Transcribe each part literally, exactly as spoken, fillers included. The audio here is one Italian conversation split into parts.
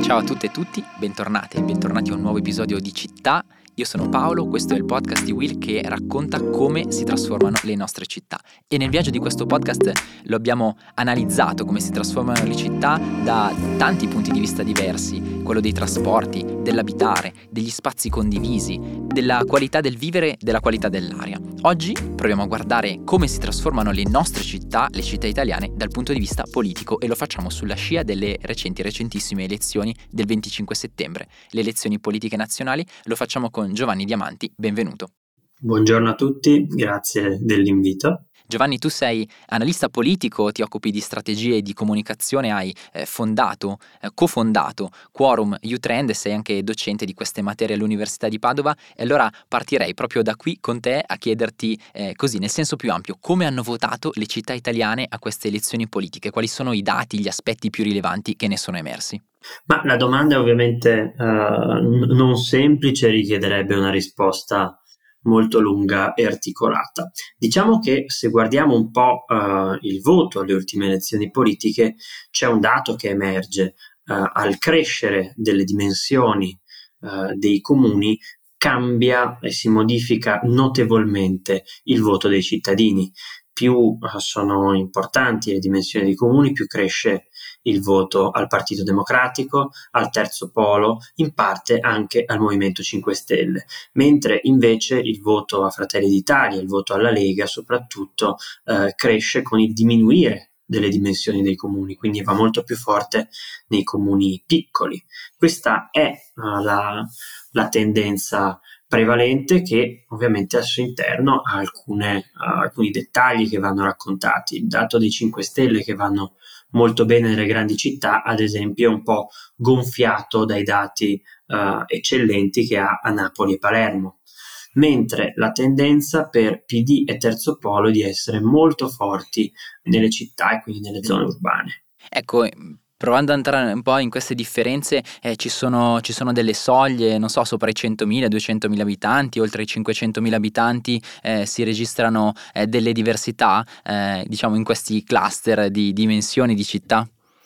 Ciao a tutte e tutti, bentornati e bentornati a un nuovo episodio di Città. Io sono Paolo, questo è il podcast di Will che racconta come si trasformano le nostre città. E nel viaggio di questo podcast lo abbiamo analizzato come si trasformano le città da tanti punti di vista diversi, quello dei trasporti, dell'abitare, degli spazi condivisi, della qualità del vivere, della qualità dell'aria. Oggi proviamo a guardare come si trasformano le nostre città, le città italiane, dal punto di vista politico, e lo facciamo sulla scia delle recenti, recentissime elezioni del venticinque settembre, le elezioni politiche nazionali. Lo facciamo con Giovanni Diamanti, benvenuto. Buongiorno a tutti, grazie dell'invito. Giovanni, tu sei analista politico, ti occupi di strategie e di comunicazione, hai eh, fondato, eh, cofondato Quorum U-Trend e sei anche docente di queste materie all'Università di Padova. E allora partirei proprio da qui con te a chiederti eh, così, nel senso più ampio, come hanno votato le città italiane a queste elezioni politiche? Quali sono i dati, gli aspetti più rilevanti che ne sono emersi? Ma la domanda è ovviamente uh, n- non semplice, richiederebbe una risposta molto lunga e articolata. Diciamo che se guardiamo un po' uh, il voto alle ultime elezioni politiche, c'è un dato che emerge. Uh, al crescere delle dimensioni uh, dei comuni cambia e si modifica notevolmente il voto dei cittadini. Più uh, sono importanti le dimensioni dei comuni, più cresce il voto al Partito Democratico, al Terzo Polo, in parte anche al Movimento cinque Stelle, mentre invece il voto a Fratelli d'Italia, il voto alla Lega soprattutto, eh, cresce con il diminuire delle dimensioni dei comuni, quindi va molto più forte nei comuni piccoli. Questa è uh, la, la tendenza prevalente, che ovviamente al suo interno ha alcune, uh, alcuni dettagli che vanno raccontati. Il dato dei cinque Stelle che vanno molto bene nelle grandi città, ad esempio, è un po' gonfiato dai dati uh, eccellenti che ha a Napoli e Palermo, mentre la tendenza per P D e Terzo Polo è di essere molto forti nelle città e quindi nelle zone urbane. Ecco, provando ad entrare un po' in queste differenze, eh, ci sono, ci sono delle soglie, non so, sopra i centomila, duecentomila abitanti, oltre i cinquecentomila abitanti eh, si registrano eh, delle diversità, eh, diciamo, in questi cluster di dimensioni di città?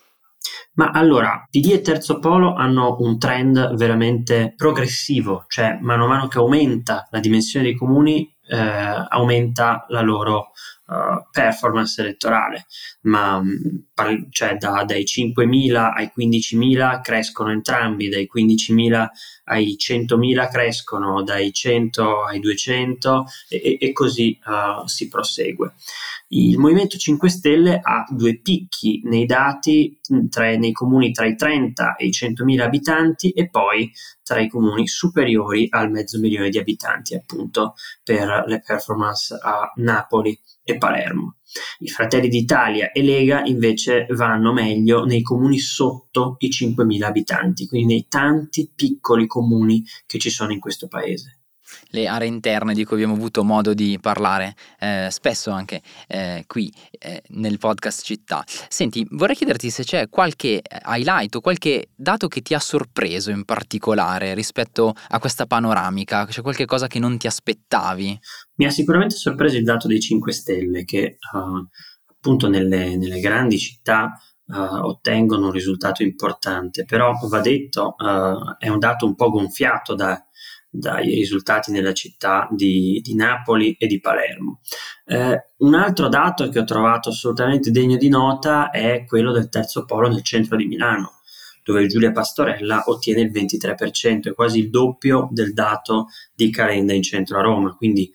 Ma allora, P D e Terzo Polo hanno un trend veramente progressivo, cioè mano a mano che aumenta la dimensione dei comuni, eh, aumenta la loro uh, performance elettorale, ma par- cioè da, dai cinquemila ai quindicimila crescono entrambi, dai quindicimila ai centomila crescono, dai cento ai duecento e, e così uh, si prosegue. Il Movimento cinque Stelle ha due picchi nei dati tra, nei comuni tra i trenta e i centomila abitanti e poi tra i comuni superiori al mezzo milione di abitanti, appunto per le performance a Napoli e Palermo. I Fratelli d'Italia e Lega invece vanno meglio nei comuni sotto i cinquemila abitanti, quindi nei tanti piccoli comuni che ci sono in questo paese. Le aree interne di cui abbiamo avuto modo di parlare eh, spesso anche eh, qui eh, nel podcast Città. Senti, vorrei chiederti se c'è qualche highlight o qualche dato che ti ha sorpreso in particolare rispetto a questa panoramica, c'è qualche cosa che non ti aspettavi? Mi ha sicuramente sorpreso il dato dei cinque Stelle che uh, appunto nelle, nelle grandi città uh, ottengono un risultato importante, però va detto uh, è un dato un po' gonfiato da dai risultati nella città di, di Napoli e di Palermo. Eh, un altro dato che ho trovato assolutamente degno di nota è quello del Terzo Polo nel centro di Milano, dove Giulia Pastorella ottiene il ventitré per cento, è quasi il doppio del dato di Calenda in centro a Roma, quindi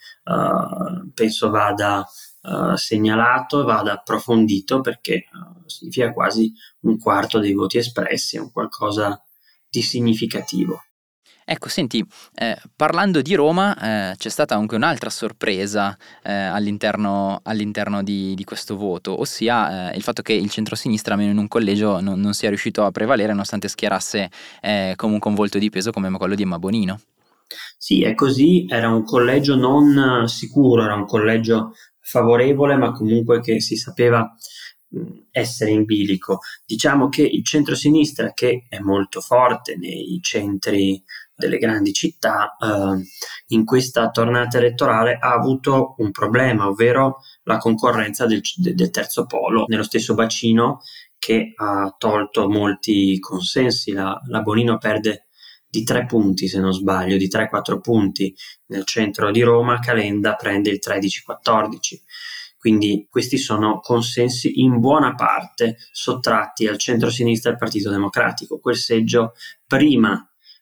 uh, penso vada uh, segnalato, vada approfondito, perché uh, significa quasi un quarto dei voti espressi, è un qualcosa di significativo. Ecco, senti, eh, parlando di Roma, eh, c'è stata anche un'altra sorpresa eh, all'interno, all'interno di, di questo voto, ossia eh, il fatto che il centrosinistra, almeno in un collegio, non, non sia riuscito a prevalere nonostante schierasse eh, comunque un volto di peso come quello di Emma Bonino. Sì, è così, era un collegio non sicuro, era un collegio favorevole, ma comunque che si sapeva essere in bilico. Diciamo che il centrosinistra, che è molto forte nei centri delle grandi città, eh, in questa tornata elettorale ha avuto un problema, ovvero la concorrenza del, del terzo polo nello stesso bacino, che ha tolto molti consensi. La, la Bonino perde di tre punti, se non sbaglio, di tre quattro punti nel centro di Roma. Calenda prende il tredici quattordici. Quindi questi sono consensi in buona parte sottratti al centro-sinistra e al Partito Democratico. Quel seggio prima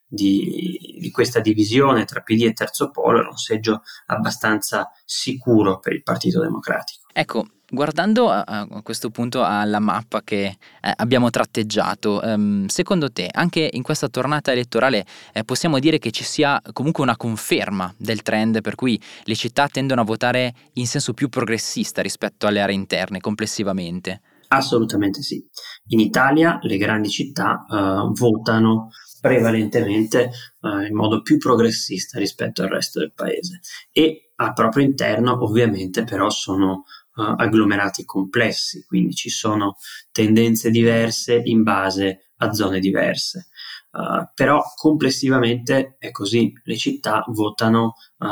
di, di questa divisione tra P D e Terzo Polo era un seggio abbastanza sicuro per il Partito Democratico. Ecco, guardando a, a questo punto alla mappa che eh, abbiamo tratteggiato, ehm, secondo te anche in questa tornata elettorale eh, possiamo dire che ci sia comunque una conferma del trend per cui le città tendono a votare in senso più progressista rispetto alle aree interne complessivamente? Assolutamente sì. In Italia le grandi città uh, votano prevalentemente uh, in modo più progressista rispetto al resto del paese, e al proprio interno ovviamente però sono uh, agglomerati complessi, quindi ci sono tendenze diverse in base a zone diverse. Uh, però complessivamente è così, le città votano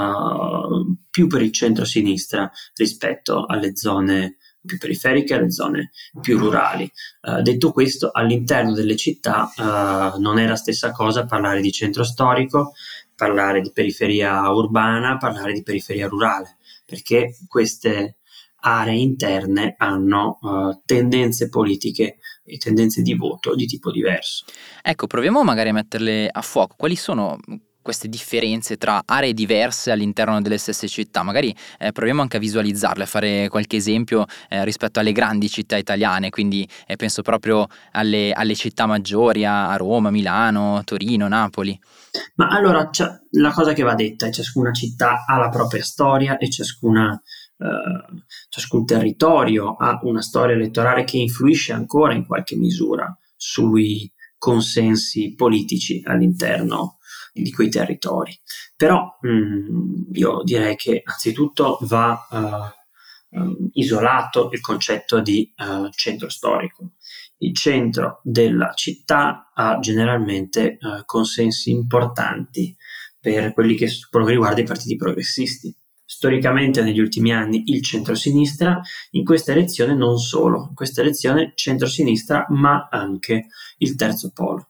uh, più per il centro-sinistra rispetto alle zone più periferiche, alle zone più rurali. Uh, detto questo, all'interno delle città uh, non è la stessa cosa parlare di centro storico, parlare di periferia urbana, parlare di periferia rurale, perché queste aree interne hanno uh, tendenze politiche e tendenze di voto di tipo diverso. Ecco, proviamo magari a metterle a fuoco. Quali sono queste differenze tra aree diverse all'interno delle stesse città? Magari eh, proviamo anche a visualizzarle, a fare qualche esempio eh, rispetto alle grandi città italiane, quindi eh, penso proprio alle, alle città maggiori, a, a Roma, Milano, Torino, Napoli. Ma allora, la cosa che va detta è che ciascuna città ha la propria storia e ciascuna Uh, ciascun territorio ha una storia elettorale che influisce ancora in qualche misura sui consensi politici all'interno di quei territori. Però mh, io direi che anzitutto va uh, uh, isolato il concetto di uh, centro storico. Il centro della città ha generalmente uh, consensi importanti per quelli che, per quello che riguarda i partiti progressisti. Storicamente negli ultimi anni il centro-sinistra, in questa elezione non solo, in questa elezione centro-sinistra ma anche il terzo polo.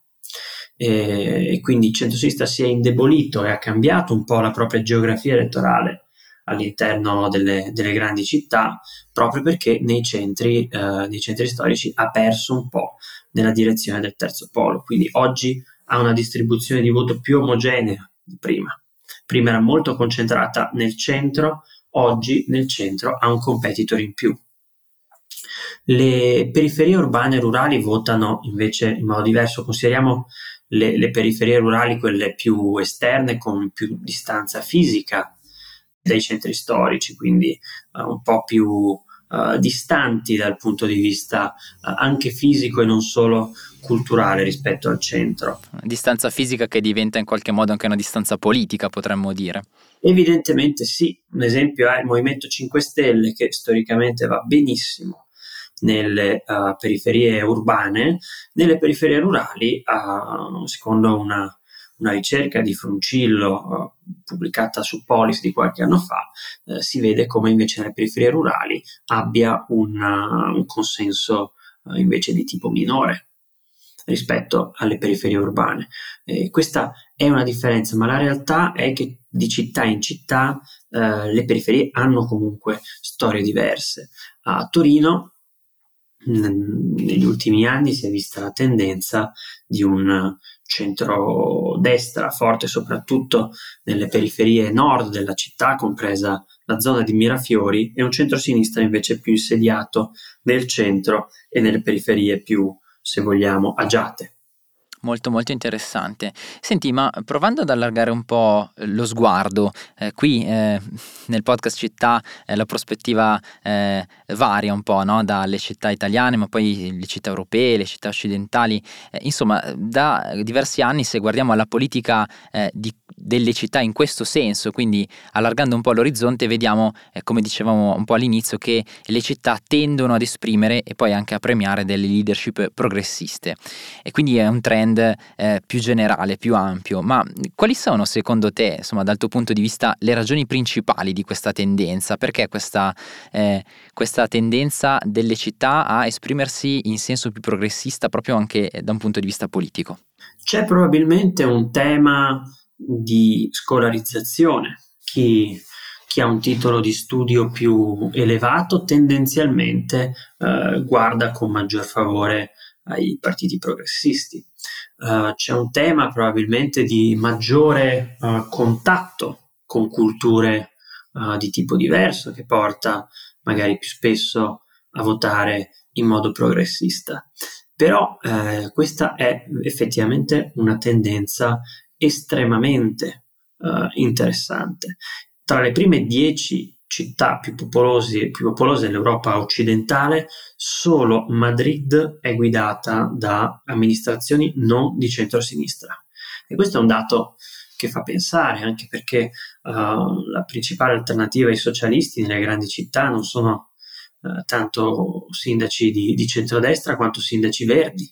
E quindi il centro-sinistra si è indebolito e ha cambiato un po' la propria geografia elettorale all'interno delle, delle grandi città, proprio perché nei centri, eh, nei centri storici ha perso un po' nella direzione del terzo polo. Quindi oggi ha una distribuzione di voto più omogenea di prima. Prima era molto concentrata nel centro, oggi nel centro ha un competitor in più. Le periferie urbane e rurali votano invece in modo diverso. Consideriamo le, le periferie rurali quelle più esterne, con più distanza fisica dai centri storici, quindi uh, un po' più uh, distanti dal punto di vista uh, anche fisico e non solo culturale rispetto al centro. Una distanza fisica che diventa in qualche modo anche una distanza politica, potremmo dire. Evidentemente sì. Un esempio è il Movimento cinque Stelle, che storicamente va benissimo nelle uh, periferie urbane. Nelle periferie rurali, uh, secondo una, una ricerca di Fruncillo uh, pubblicata su Polis di qualche anno fa, uh, si vede come invece nelle periferie rurali abbia una, un consenso uh, invece di tipo minore rispetto alle periferie urbane. Eh, questa è una differenza, ma la realtà è che di città in città eh, le periferie hanno comunque storie diverse. A Torino mh, negli ultimi anni si è vista la tendenza di un centrodestra forte, soprattutto nelle periferie nord della città, compresa la zona di Mirafiori, e un centrosinistra invece più insediato nel centro e nelle periferie più, se vogliamo, agiate. Molto molto interessante. Senti, ma provando ad allargare un po' lo sguardo, eh, qui eh, nel podcast Città eh, la prospettiva eh, varia un po', no? Dalle città italiane, ma poi le città europee, le città occidentali. Eh, insomma, da diversi anni, se guardiamo alla politica eh, di, delle città in questo senso, quindi allargando un po' l'orizzonte, vediamo, eh, come dicevamo un po' all'inizio, che le città tendono ad esprimere e poi anche a premiare delle leadership progressiste. E quindi è un trend trend eh, più generale, più ampio, ma quali sono secondo te, insomma, dal tuo punto di vista, le ragioni principali di questa tendenza? Perché questa, eh, questa tendenza delle città a esprimersi in senso più progressista proprio anche da un punto di vista politico? C'è probabilmente un tema di scolarizzazione. Chi, chi ha un titolo di studio più elevato tendenzialmente eh, guarda con maggior favore ai partiti progressisti. Uh, c'è un tema probabilmente di maggiore uh, contatto con culture uh, di tipo diverso che porta magari più spesso a votare in modo progressista. Però eh, questa è effettivamente una tendenza estremamente uh, interessante. Tra le prime dieci città più popolose, più popolose dell'Europa occidentale, solo Madrid è guidata da amministrazioni non di centrosinistra. E questo è un dato che fa pensare, anche perché uh, la principale alternativa ai socialisti nelle grandi città non sono uh, tanto sindaci di, di centrodestra quanto sindaci verdi.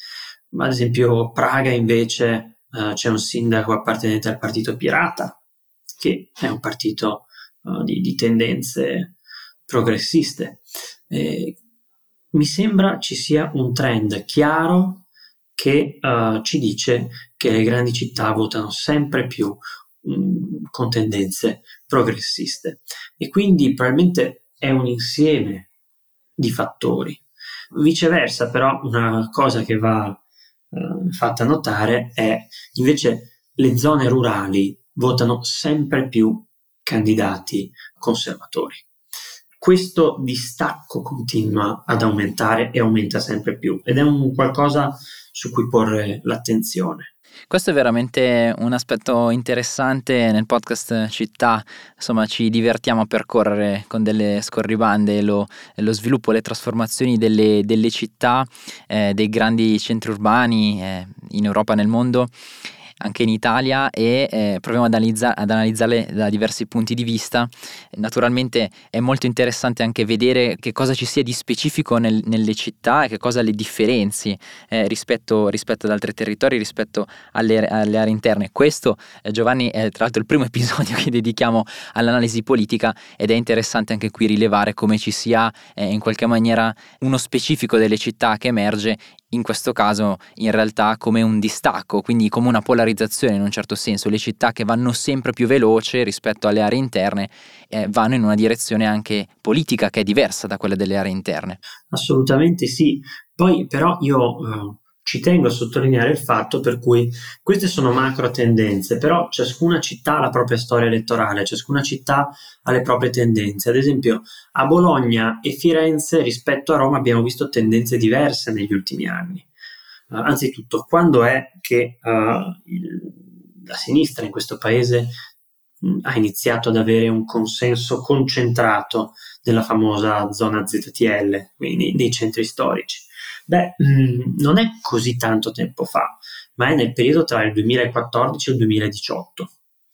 Ma ad esempio Praga invece uh, c'è un sindaco appartenente al partito Pirata, che è un partito uh, di, di tendenze progressiste. Eh, mi sembra ci sia un trend chiaro che uh, ci dice che le grandi città votano sempre più mh, con tendenze progressiste, e quindi probabilmente è un insieme di fattori. Viceversa, però, una cosa che va uh, fatta notare è invece le zone rurali votano sempre più candidati conservatori. Questo distacco continua ad aumentare e aumenta sempre più, ed è un qualcosa su cui porre l'attenzione. Questo è veramente un aspetto interessante nel podcast Città. Insomma, ci divertiamo a percorrere con delle scorribande lo, lo sviluppo, le trasformazioni delle, delle città, eh, dei grandi centri urbani eh, in Europa e nel mondo, anche in Italia, e eh, proviamo ad, analizza- ad analizzarle da diversi punti di vista. Naturalmente è molto interessante anche vedere che cosa ci sia di specifico nel- nelle città e che cosa le differenzi eh, rispetto, rispetto ad altri territori, rispetto alle, alle aree interne. Questo, eh, Giovanni, è tra l'altro il primo episodio che dedichiamo all'analisi politica, ed è interessante anche qui rilevare come ci sia eh, in qualche maniera uno specifico delle città che emerge, in questo caso in realtà come un distacco, quindi come una polarizzazione in un certo senso. Le città che vanno sempre più veloce rispetto alle aree interne eh, vanno in una direzione anche politica che è diversa da quella delle aree interne. Assolutamente sì. Poi però io eh, ci tengo a sottolineare il fatto per cui queste sono macro tendenze, però ciascuna città ha la propria storia elettorale, ciascuna città ha le proprie tendenze. Ad esempio a Bologna e Firenze rispetto a Roma abbiamo visto tendenze diverse negli ultimi anni. Uh, anzitutto, quando è che uh, il, la sinistra in questo paese mh, ha iniziato ad avere un consenso concentrato della famosa zona Z T L, quindi nei centri storici? Beh, mh, non è così tanto tempo fa, ma è nel periodo tra il duemilaquattordici e il duemiladiciotto.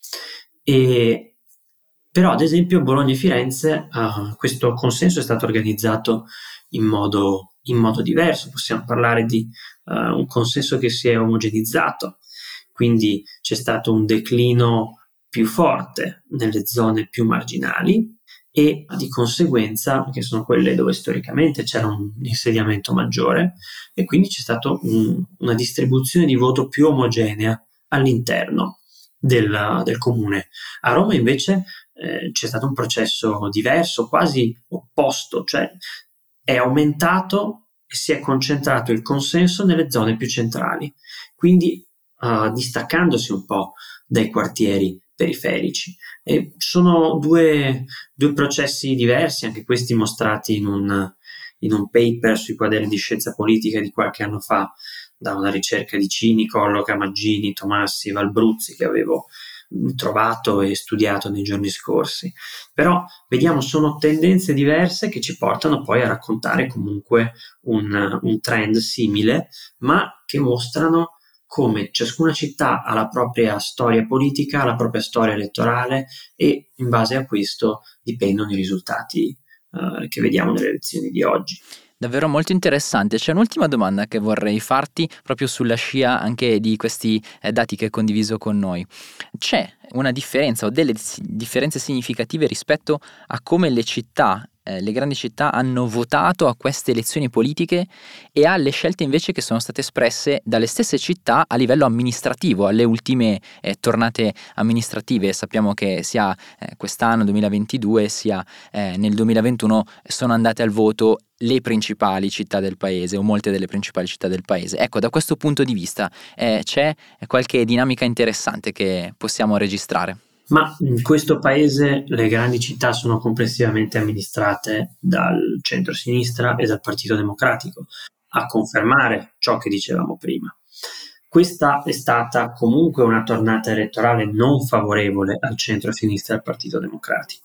E, però, ad esempio, Bologna e Firenze, uh, questo consenso è stato organizzato in modo, in modo diverso. Possiamo parlare di uh, un consenso che si è omogenizzato, quindi c'è stato un declino più forte nelle zone più marginali, e di conseguenza, che sono quelle dove storicamente c'era un insediamento maggiore, e quindi c'è stata un, una distribuzione di voto più omogenea all'interno del, del comune. A Roma invece eh, c'è stato un processo diverso, quasi opposto, cioè è aumentato e si è concentrato il consenso nelle zone più centrali, quindi uh, distaccandosi un po' dai quartieri periferici. E sono due, due processi diversi, anche questi mostrati in un, in un paper sui quaderni di scienza politica di qualche anno fa, da una ricerca di Cini, Colloca, Maggini, Tomassi, Valbruzzi, che avevo trovato e studiato nei giorni scorsi. Però vediamo, sono tendenze diverse che ci portano poi a raccontare comunque un, un trend simile, ma che mostrano come ciascuna città ha la propria storia politica, la propria storia elettorale, e in base a questo dipendono i risultati uh, che vediamo nelle elezioni di oggi. Davvero molto interessante. C'è un'ultima domanda che vorrei farti proprio sulla scia anche di questi eh, dati che hai condiviso con noi. C'è una differenza o delle si- differenze significative rispetto a come le città, eh, le grandi città hanno votato a queste elezioni politiche e alle scelte invece che sono state espresse dalle stesse città a livello amministrativo, alle ultime eh, tornate amministrative? Sappiamo che sia eh, quest'anno duemilaventidue sia eh, nel duemilaventuno sono andate al voto le principali città del paese o molte delle principali città del paese. Ecco, da questo punto di vista eh, c'è qualche dinamica interessante che possiamo registrare? Ma in questo paese le grandi città sono complessivamente amministrate dal centro-sinistra e dal Partito Democratico, a confermare ciò che dicevamo prima. Questa è stata comunque una tornata elettorale non favorevole al centro-sinistra e al Partito Democratico.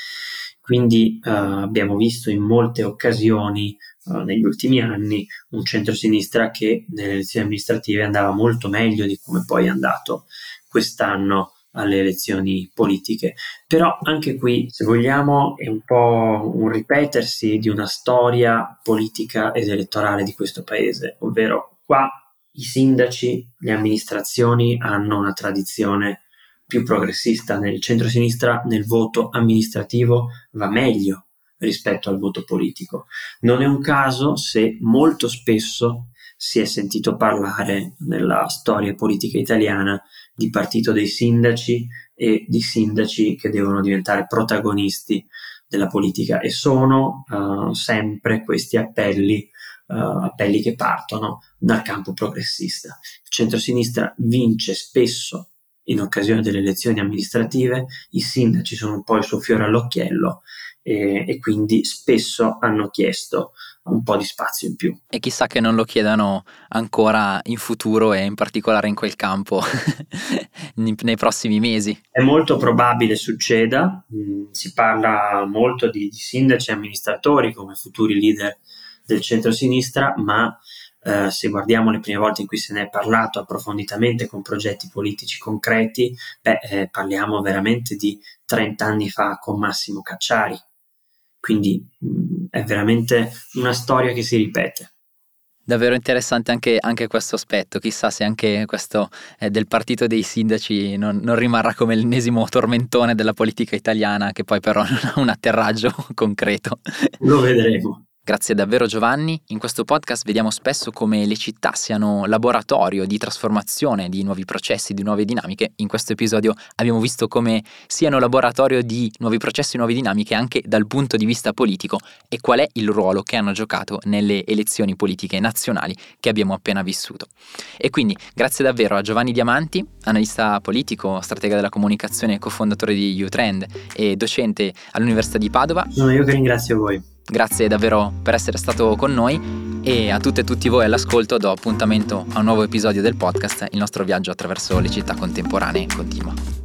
Quindi eh, abbiamo visto in molte occasioni eh, negli ultimi anni un centro-sinistra che nelle elezioni amministrative andava molto meglio di come poi è andato quest'anno alle elezioni politiche. Però anche qui, se vogliamo, è un po' un ripetersi di una storia politica ed elettorale di questo paese, ovvero qua i sindaci, le amministrazioni hanno una tradizione più progressista. Nel centro-sinistra nel voto amministrativo va meglio rispetto al voto politico. Non è un caso se molto spesso si è sentito parlare nella storia politica italiana di partito dei sindaci e di sindaci che devono diventare protagonisti della politica, e sono uh, sempre questi appelli uh, appelli che partono dal campo progressista. Il centro-sinistra vince spesso in occasione delle elezioni amministrative, i sindaci sono un po' il suo fiore all'occhiello e, e quindi spesso hanno chiesto un po' di spazio in più. E chissà che non lo chiedano ancora in futuro e in particolare in quel campo nei prossimi mesi. È molto probabile succeda, mm, si parla molto di, di sindaci e amministratori come futuri leader del centro-sinistra, ma Uh, se guardiamo le prime volte in cui se ne è parlato approfonditamente con progetti politici concreti, beh, eh, parliamo veramente di trenta anni fa con Massimo Cacciari. Quindi mh, è veramente una storia che si ripete. Davvero interessante anche, anche questo aspetto. Chissà se anche questo eh, del partito dei sindaci non, non rimarrà come l'ennesimo tormentone della politica italiana, che poi però non ha un atterraggio concreto. Lo vedremo. Grazie davvero Giovanni. In questo podcast vediamo spesso come le città siano laboratorio di trasformazione di nuovi processi, di nuove dinamiche. In questo episodio abbiamo visto come siano laboratorio di nuovi processi, nuove dinamiche anche dal punto di vista politico, e qual è il ruolo che hanno giocato nelle elezioni politiche nazionali che abbiamo appena vissuto. E quindi grazie davvero a Giovanni Diamanti, analista politico, stratega della comunicazione, cofondatore di U-Trend e docente all'Università di Padova. Sono io che ringrazio voi. Grazie davvero per essere stato con noi, e a tutte e tutti voi all'ascolto do appuntamento a un nuovo episodio del podcast, il nostro viaggio attraverso le città contemporanee continua.